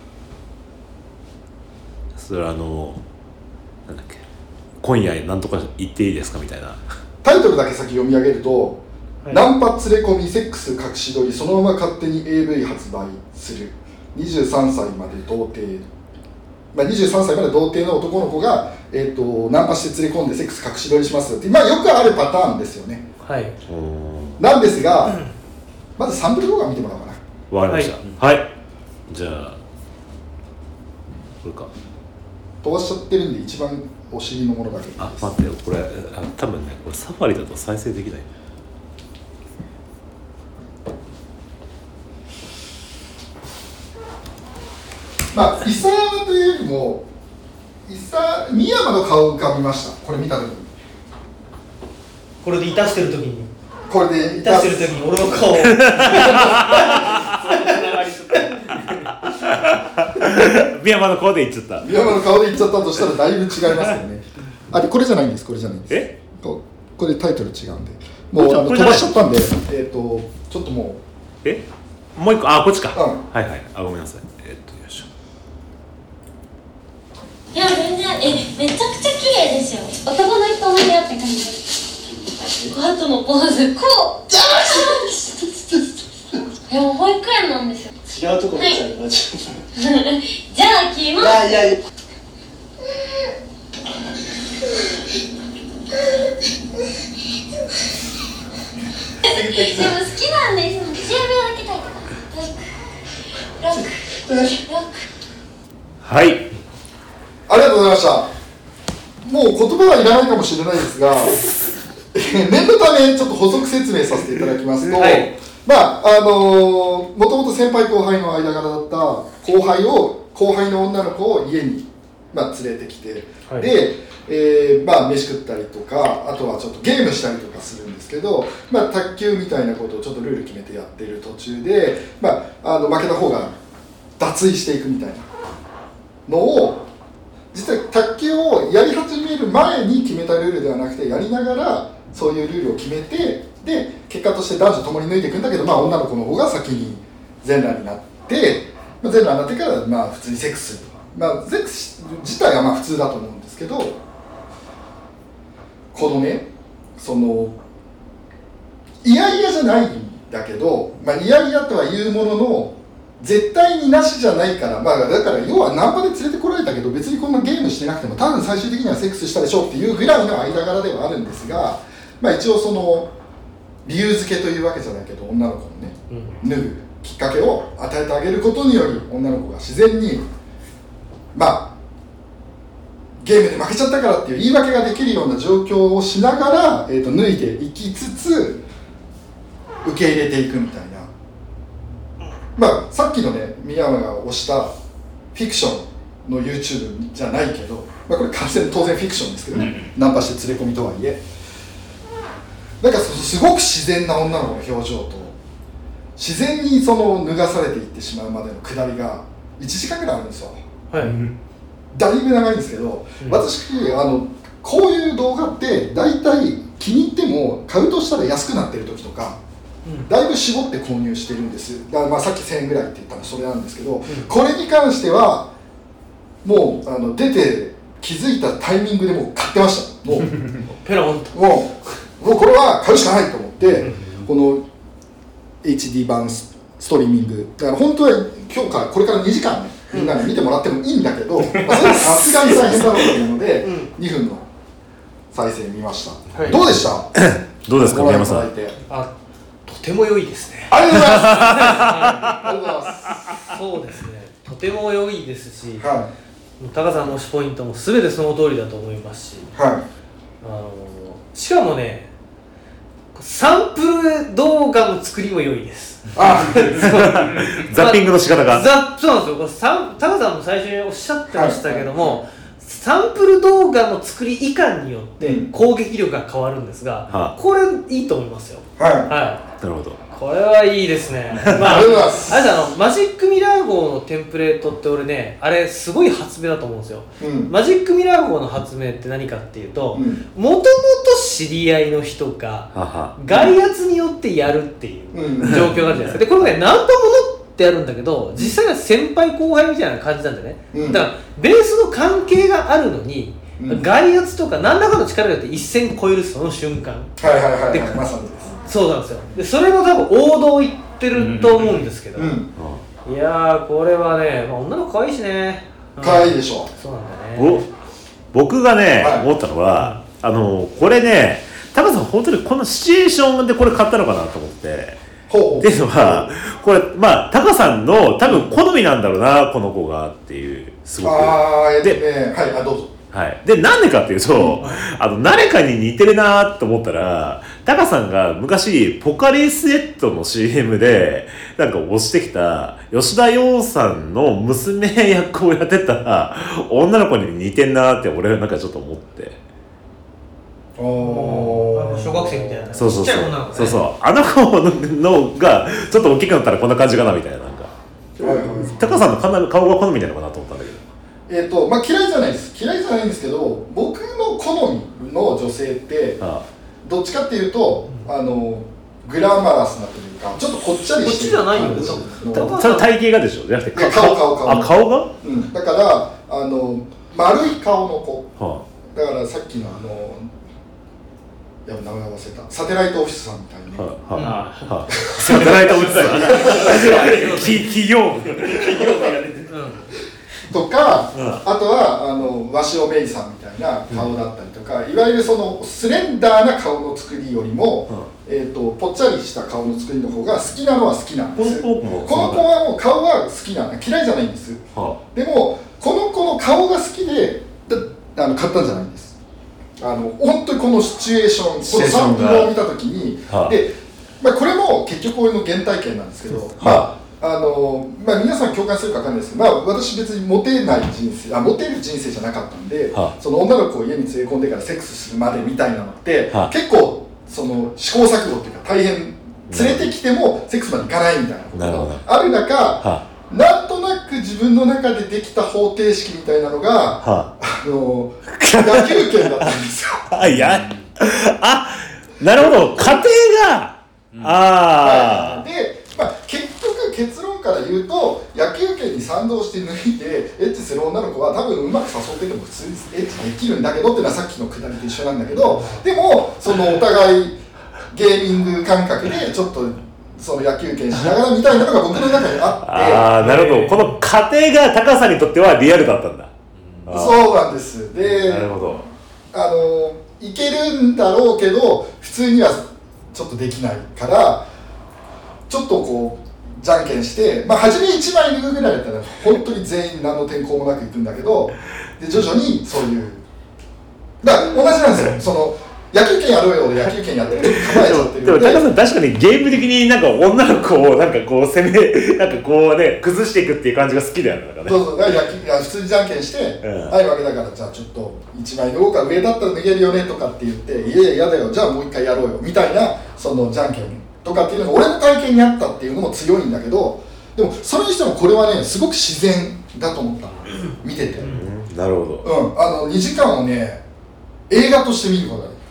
それはなんだっけ、今夜なんとか言っていいですかみたいなタイトルだけ先読み上げると、ナンパ連れ込みセックス隠し撮りそのまま勝手に AV 発売する23歳まで童貞、23歳まで童貞の男の子が、ナンパして連れ込んでセックス隠し撮りしますって、よくあるパターンですよね。なんですが、まずサンプル動画見てもらおうかな。 わかりました。はい。じゃあこれか。 飛ばしちゃってるんで一番お尻のものだけ。 待ってよ、これ多分ね、これサファリだと再生できない。 伊佐山というよりも深山の顔が浮かびました。これ見た時に。 これでいたしてる時に。 これでいたしてる時に俺の顔を。 深山の顔で言っちゃった。 深山の顔で言っちゃったとしたらだいぶ違いますよね。これじゃないんです。これじゃないんです。これタイトル違うんで。もう飛ばしちゃったんで、ちょっともう。もう一個、こっちか。はいはい。ごめんなさい。よいしょ。 いや全然めちゃくちゃ綺麗ですよ。男の人の部屋って感じ。ハトのポーズこう。いやもう保育園なんですよ。 違うとこ見ちゃうな。 じゃあ切ります。 いやでも好きなんです。10秒だけタイトル。 はい。ありがとうございました。もう言葉はいらないかもしれないですが、念のためちょっと補足説明させていただきますと、 まあもともと先輩後輩の間柄だった後輩の女の子を家に、連れてきて、はい、で、飯食ったりとか、あとはちょっとゲームしたりとかするんですけど、卓球みたいなことをちょっとルール決めてやってる途中で、負けた方が脱衣していくみたいなのを、実は卓球をやり始める前に決めたルールではなくて、やりながらそういうルールを決めて、で結果として男女共に脱いでいくんだけど、女の子の方が先に全裸になって、全裸になってから普通にセックスすると。セックス自体は普通だと思うんですけど、このね、いやいやじゃないんだけど、いやいやとは言うものの絶対になしじゃないから、だから要はナンパで連れてこられたけど、別にこんなゲームしてなくても多分最終的にはセックスしたでしょうっていうぐらいの間柄ではあるんですが、一応理由付けというわけじゃないけど、女の子のね、脱ぐきっかけを与えてあげることにより、女の子が自然にゲームで負けちゃったからっていう言い訳ができるような状況をしながら、脱いでいきつつ受け入れていくみたいな、さっきのね、宮山が推したフィクションの YouTube じゃないけど、これ完全に当然フィクションですけどね、ナンパして連れ込みとはいえ、すごく自然な女の子の表情と、自然に脱がされていってしまうまでの下りが1時間ぐらいあるんですよ。はい、だいぶ長いんですけど、私こういう動画って大体気に入っても買うとしたら安くなってる時とか、だいぶ絞って購入してるんです。だからさっき1000円ぐらいって言ったのそれなんですけど、これに関してはもう出て気づいたタイミングでもう買ってました。もうペロンともうこれは買うしかないと思って、この HD 版ストリーミングだから本当は今日からこれから2時間ね、みんなに見てもらってもいいんだけど、それはさすがに大変だろうというので、2分の再生見ました。どうでした？ どうですか、宮山さん。 とても良いですね。 ありがとうございます。ありがとうございます。 そうですね。とても良いですし、タカさんの推しポイントも全てその通りだと思いますし、しかもね、サンプル動画の作りも良いです。 ザッピングの仕方が。 そうなんですよ。タカさんも最初におっしゃってましたけども、サンプル動画の作りいかんによって攻撃力が変わるんですが、これいいと思いますよ。 なるほど。 これはいいですね。マジックミラー号のテンプレートって俺ね、あれすごい発明だと思うんですよ。マジックミラー号の発明って何かっていうと、もともと知り合いの人が外圧によってやるっていう状況があるじゃないですか。でこれね、ナンパものってやるんだけど、実際は先輩後輩みたいな感じなんでね、だからベースの関係があるのに、外圧とか何らかの力によって一線超えるその瞬間、 まさにです。 そうなんですよ。でそれも多分王道を言ってると思うんですけど、いやーこれはね、女の子可愛いしね。 可愛いでしょ。 そうなんだね。 僕がね、思ったのは、これね、タカさん本当にこのシチュエーションでこれ買ったのかなと思って。っていうのは、これタカさんの多分好みなんだろうな、この子がっていう、すごく。 で、どうぞ。 で、なんでかっていうと、誰かに似てるなと思ったら、タカさんが昔ポカリスエットの CM で推してきた吉田羊さんの娘役をやってた女の子に似てんなって俺はちょっと思って。 小学生みたいな。 そうそうあの子のがちょっと大きくなったらこんな感じかなみたいな。タカさんの顔が好みなのかなと思ったんだけど。 嫌いじゃないです。嫌いじゃないんですけど、僕の好みの女性ってどっちかっていうとグラマラスなというか、ちょっとぽっちゃりしてる。 こっちじゃないよ。 それ体型がでしょ。じゃなくて顔が？ だから丸い顔の子。だからさっきの名前忘れた。サテライトオフィスさんみたいに。 サテライトオフィスさん。企業とか、あとは鷲尾芽衣さんみたいな顔だったりとか、いわゆるそのスレンダーな顔の作りよりも、ぽっちゃりした顔の作りの方が好きなのは好きなんです。この子はもう顔は好きなの、嫌いじゃないんです。でもこの子の顔が好きで買ったんじゃないんです。本当にこのシチュエーション、このサンプルを見たときに、でこれも結局俺の原体験なんですけど、皆さん共感するか分かんないですけど、私別にモテない人生、モテる人生じゃなかったんで、その女の子を家に連れ込んでからセックスするまでみたいなのって、結構その試行錯誤っていうか大変、連れてきてもセックスまでいかないみたいなことがある中、なんとなく自分の中でできた方程式みたいなのが、野球拳だったんですよ。 なるほど、家庭が、 で、結局結論から言うと、野球拳に賛同して抜いてエッチする女の子は多分うまく誘ってても普通にエッチできるんだけどっていうのはさっきのくだりと一緒なんだけど、でもそのお互いゲーミング感覚でちょっとその野球拳しながらみたいなのが僕の中にあって、 なるほど、この家庭が高さにとってはリアルだったんだ。 そうなんです。で、 なるほど、 いけるんだろうけど普通にはちょっとできないから、ちょっとこうじゃんけんして、初め1枚抜くぐらいだったら本当に全員何の抵抗もなくいくんだけど、で徐々にそういうだから同じなんですよ。その野球拳やろうよ、俺野球拳やってる、構えちゃってる。 でも高さん確かにゲーム的になんか女の子をなんかこう攻め、なんかこうね崩していくっていう感じが好きだよね。 そうだから普通にじゃんけんして、はいわけだから、じゃあちょっと1枚脱ごうか、上だったら脱げるよねとかって言って、いやいや嫌だよ、じゃあもう一回やろうよみたいな、そのじゃんけんとかっていうのが俺の体験にあったっていうのも強いんだけど、でもそれにしてもこれはねすごく自然だと思ったの、見てて。 なるほど。 2時間をね映画として見ることができる。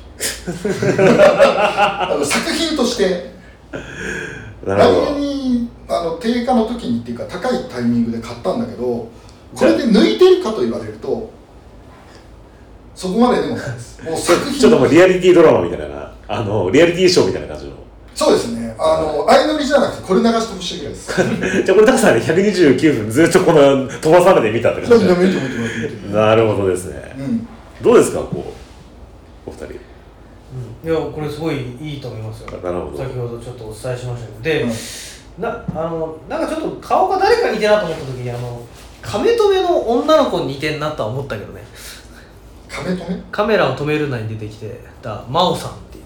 作品として来年に定価の時にっていうか高いタイミングで買ったんだけど、これで抜いてるかと言われるとそこまででもないです。もう作品ちょっともうリアリティドラマみたいな、リアリティショーみたいな感じの。 そうですね、相乗りじゃなくてこれ流してほしいぐらいですじゃあこれ高さんね129分ずっとこの飛ばされて見たって感じ。なるほどですね、どうですかこうお二人。 いやこれすごいいいと思いますよ。 なるほど。 先ほどちょっとお伝えしましたけど、で、なんかちょっと顔が誰か似てるなと思った時に亀止めの女の子に似てんなとは思ったけどね。 亀止め？ カメラを止めるなに出てきてた真央さんっていう。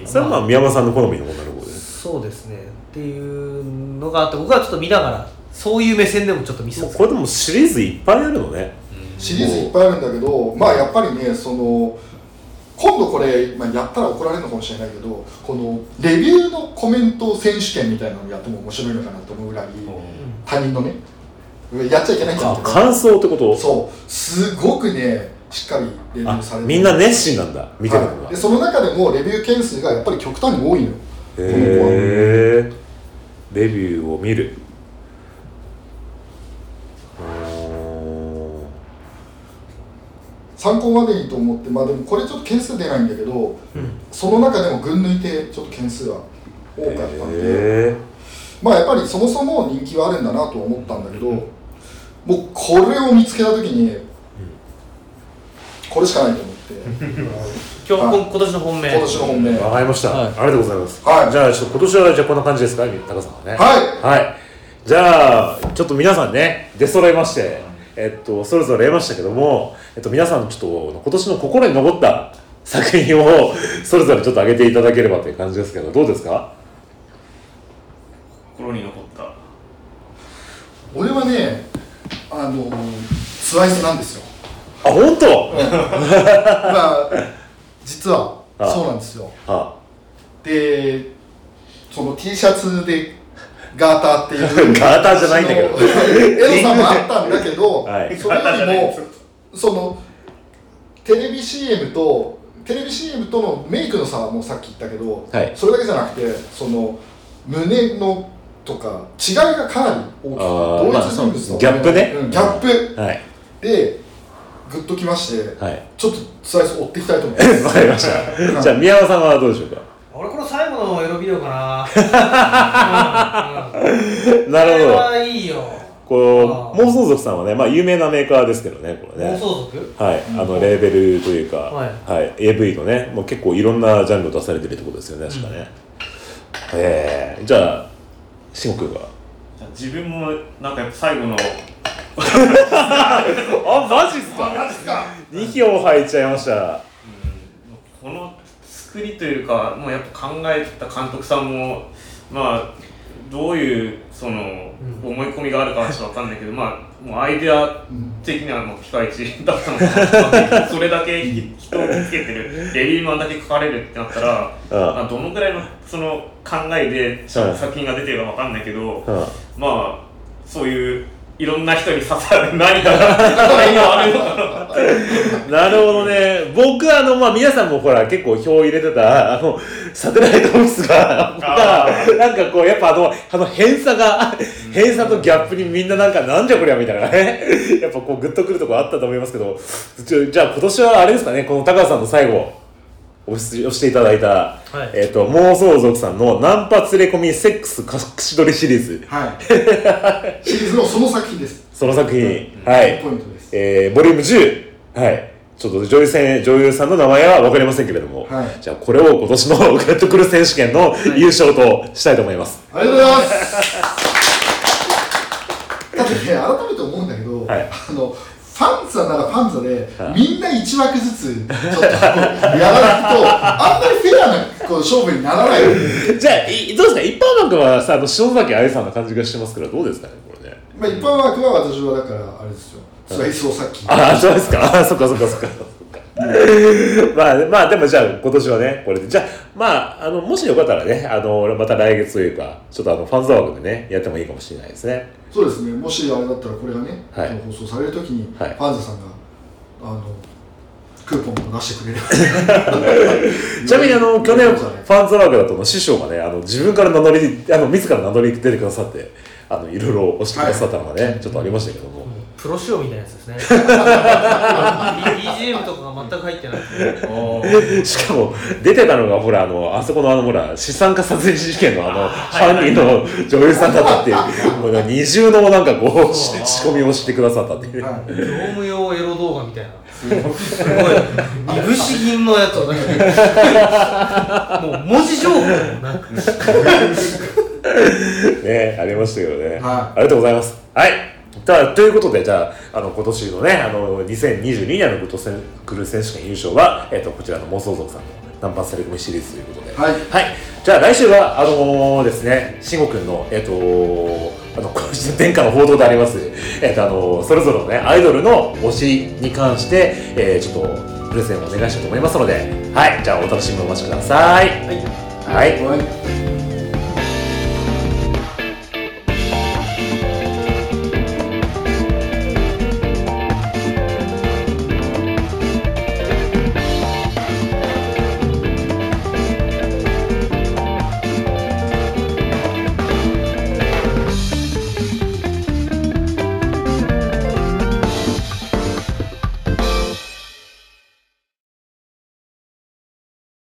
それは宮山さんの好みの女の子です。 そうですねっていうのがあって、僕はちょっと見ながらそういう目線でもちょっと見せて。 これでもシリーズいっぱいあるのね。 シリーズいっぱいあるんだけど、やっぱりねその。今度これ、やったら怒られるのかもしれないけど、このレビューのコメント選手権みたいなのをやっても面白いのかなと思うぐらい、他人のねやっちゃいけないんだけど、 感想ってこと？ そうすごくねしっかりレビューされて、 みんな熱心なんだ見てるのが、 でその中でもレビュー件数がやっぱり極端に多いのよ。 レビューを見る。 参考までにと思って、でもこれちょっと件数出ないんだけど、その中でも群抜いてちょっと件数が多かったんで、やっぱりそもそも人気はあるんだなと思ったんだけど、もうこれを見つけた時に、これしかないと思って。 今年の本命。 今年の本命。 わかりました、ありがとうございます。じゃあちょっと今年はじゃあこんな感じですか、高さんはね。はい。じゃあちょっと皆さんね出揃いまして。それぞれ得ましたけども、皆さんちょっと今年の心に残った作品をそれぞれちょっと上げていただければという感じですけど、どうですか？ 心に残った。 俺はね、スワイスなんですよ。 本当？ 実はそうなんですよ。で、その T シャツでガーターっていうガーターじゃないんだけどエロさもあったんだけど、それよりもそのテレビ CM とのメイクの差はもうさっき言ったけど、それだけじゃなくてその胸のとか違いがかなり大きい。同一人物のギャップね、 ギャップでグッときまして、ちょっとスライス追っていきたいと思います。 わかりました。じゃあ宮山さんはどうでしょうか？ 俺この最後のエロビデオかな。 なるほど。 これはいいよ。 妄想族さんはね、有名なメーカーですけどね、これね。 妄想族？ はい、レーベルというか、AV のね、もう結構いろんなジャンルを出されてるってことですよね、確かね。じゃあ、しんごくんが。 自分もなんかやっぱ最後のマジっすか？2票入っちゃいました。 このス作りというか、もうやっぱ考えた監督さんもまあどういうその思い込みがあるかはちょっと分かんないけど、まあもうアイデア的にはもうピカイチだったのかなそれだけ人をつけてるレビューマンだけ書かれるってなったら、どのくらいのその考えで作品が出てるか分かんないけど、まあそういういろんな人に刺さる何かが今あるのかな。なるほどね。僕まあ皆さんもほら結構票入れてたサテライトオフィスがなんかこうやっぱ偏差とギャップにみんななんじゃこりゃみたいなねやっぱこうグッとくるとこあったと思いますけど、じゃあ今年はあれですかね、この高橋さんの最後押していただいた、妄想族さんのナンパ連れ込みセックス隠し撮りシリーズ、 シリーズのその作品です。 その作品、はい、 ポイントです。 ボリューム10、はい、ちょっと女優さんの名前は分かりませんけれども、じゃあこれを今年のグッとくる選手権の優勝としたいと思います。 ありがとうございます。だってね、改めて思うんだけど、ファンザならファンザで、みんな1枠ずつちょっとやらないとあんまりフェアな勝負にならない。 じゃあどうですか、一般枠はさ、篠崎愛さんな感じがしてますから、どうですかねこれね。 まあ一般枠は私はだからあれですよ、スライスをさっき。 そうですか。そっかまあでもじゃあ今年はねこれで、じゃあまあもしよかったらねまた来月というかちょっとファンザ枠でねやってもいいかもしれないですね。 そうですね。もしあれだったらこれがね、放送されるときにファンザさんがクーポンも出してくれるちなみに去年ファンザ枠だと師匠がね自分から名乗り自ら名乗り出てくださっていろいろ押してくださったのがね、ちょっとありましたけども、 プロ仕様みたいなやつですねBGM とかが全く入ってないしかも出てたのがほらあそこのほら資産家殺人事件の犯人の女優さんだったっていうもう二重のなんかこう仕込みをしてくださったっていう、 業務用エロ動画みたいなすごいいぶし銀のやつをもう文字情報なんかね、ありましたけどね、ありがとうございます。はい、ということで、じゃあ今年のね2022年のグッとくる選手権優勝は、こちらの妄想族さんのナンパされ込みシリーズということで、じゃあ来週はですね、慎吾くんの殿下の報道であります、それぞれのねアイドルの推しに関して、ちょっとプレゼンをお願いしたいと思いますので、はい、じゃあお楽しみにお待ちください。はい。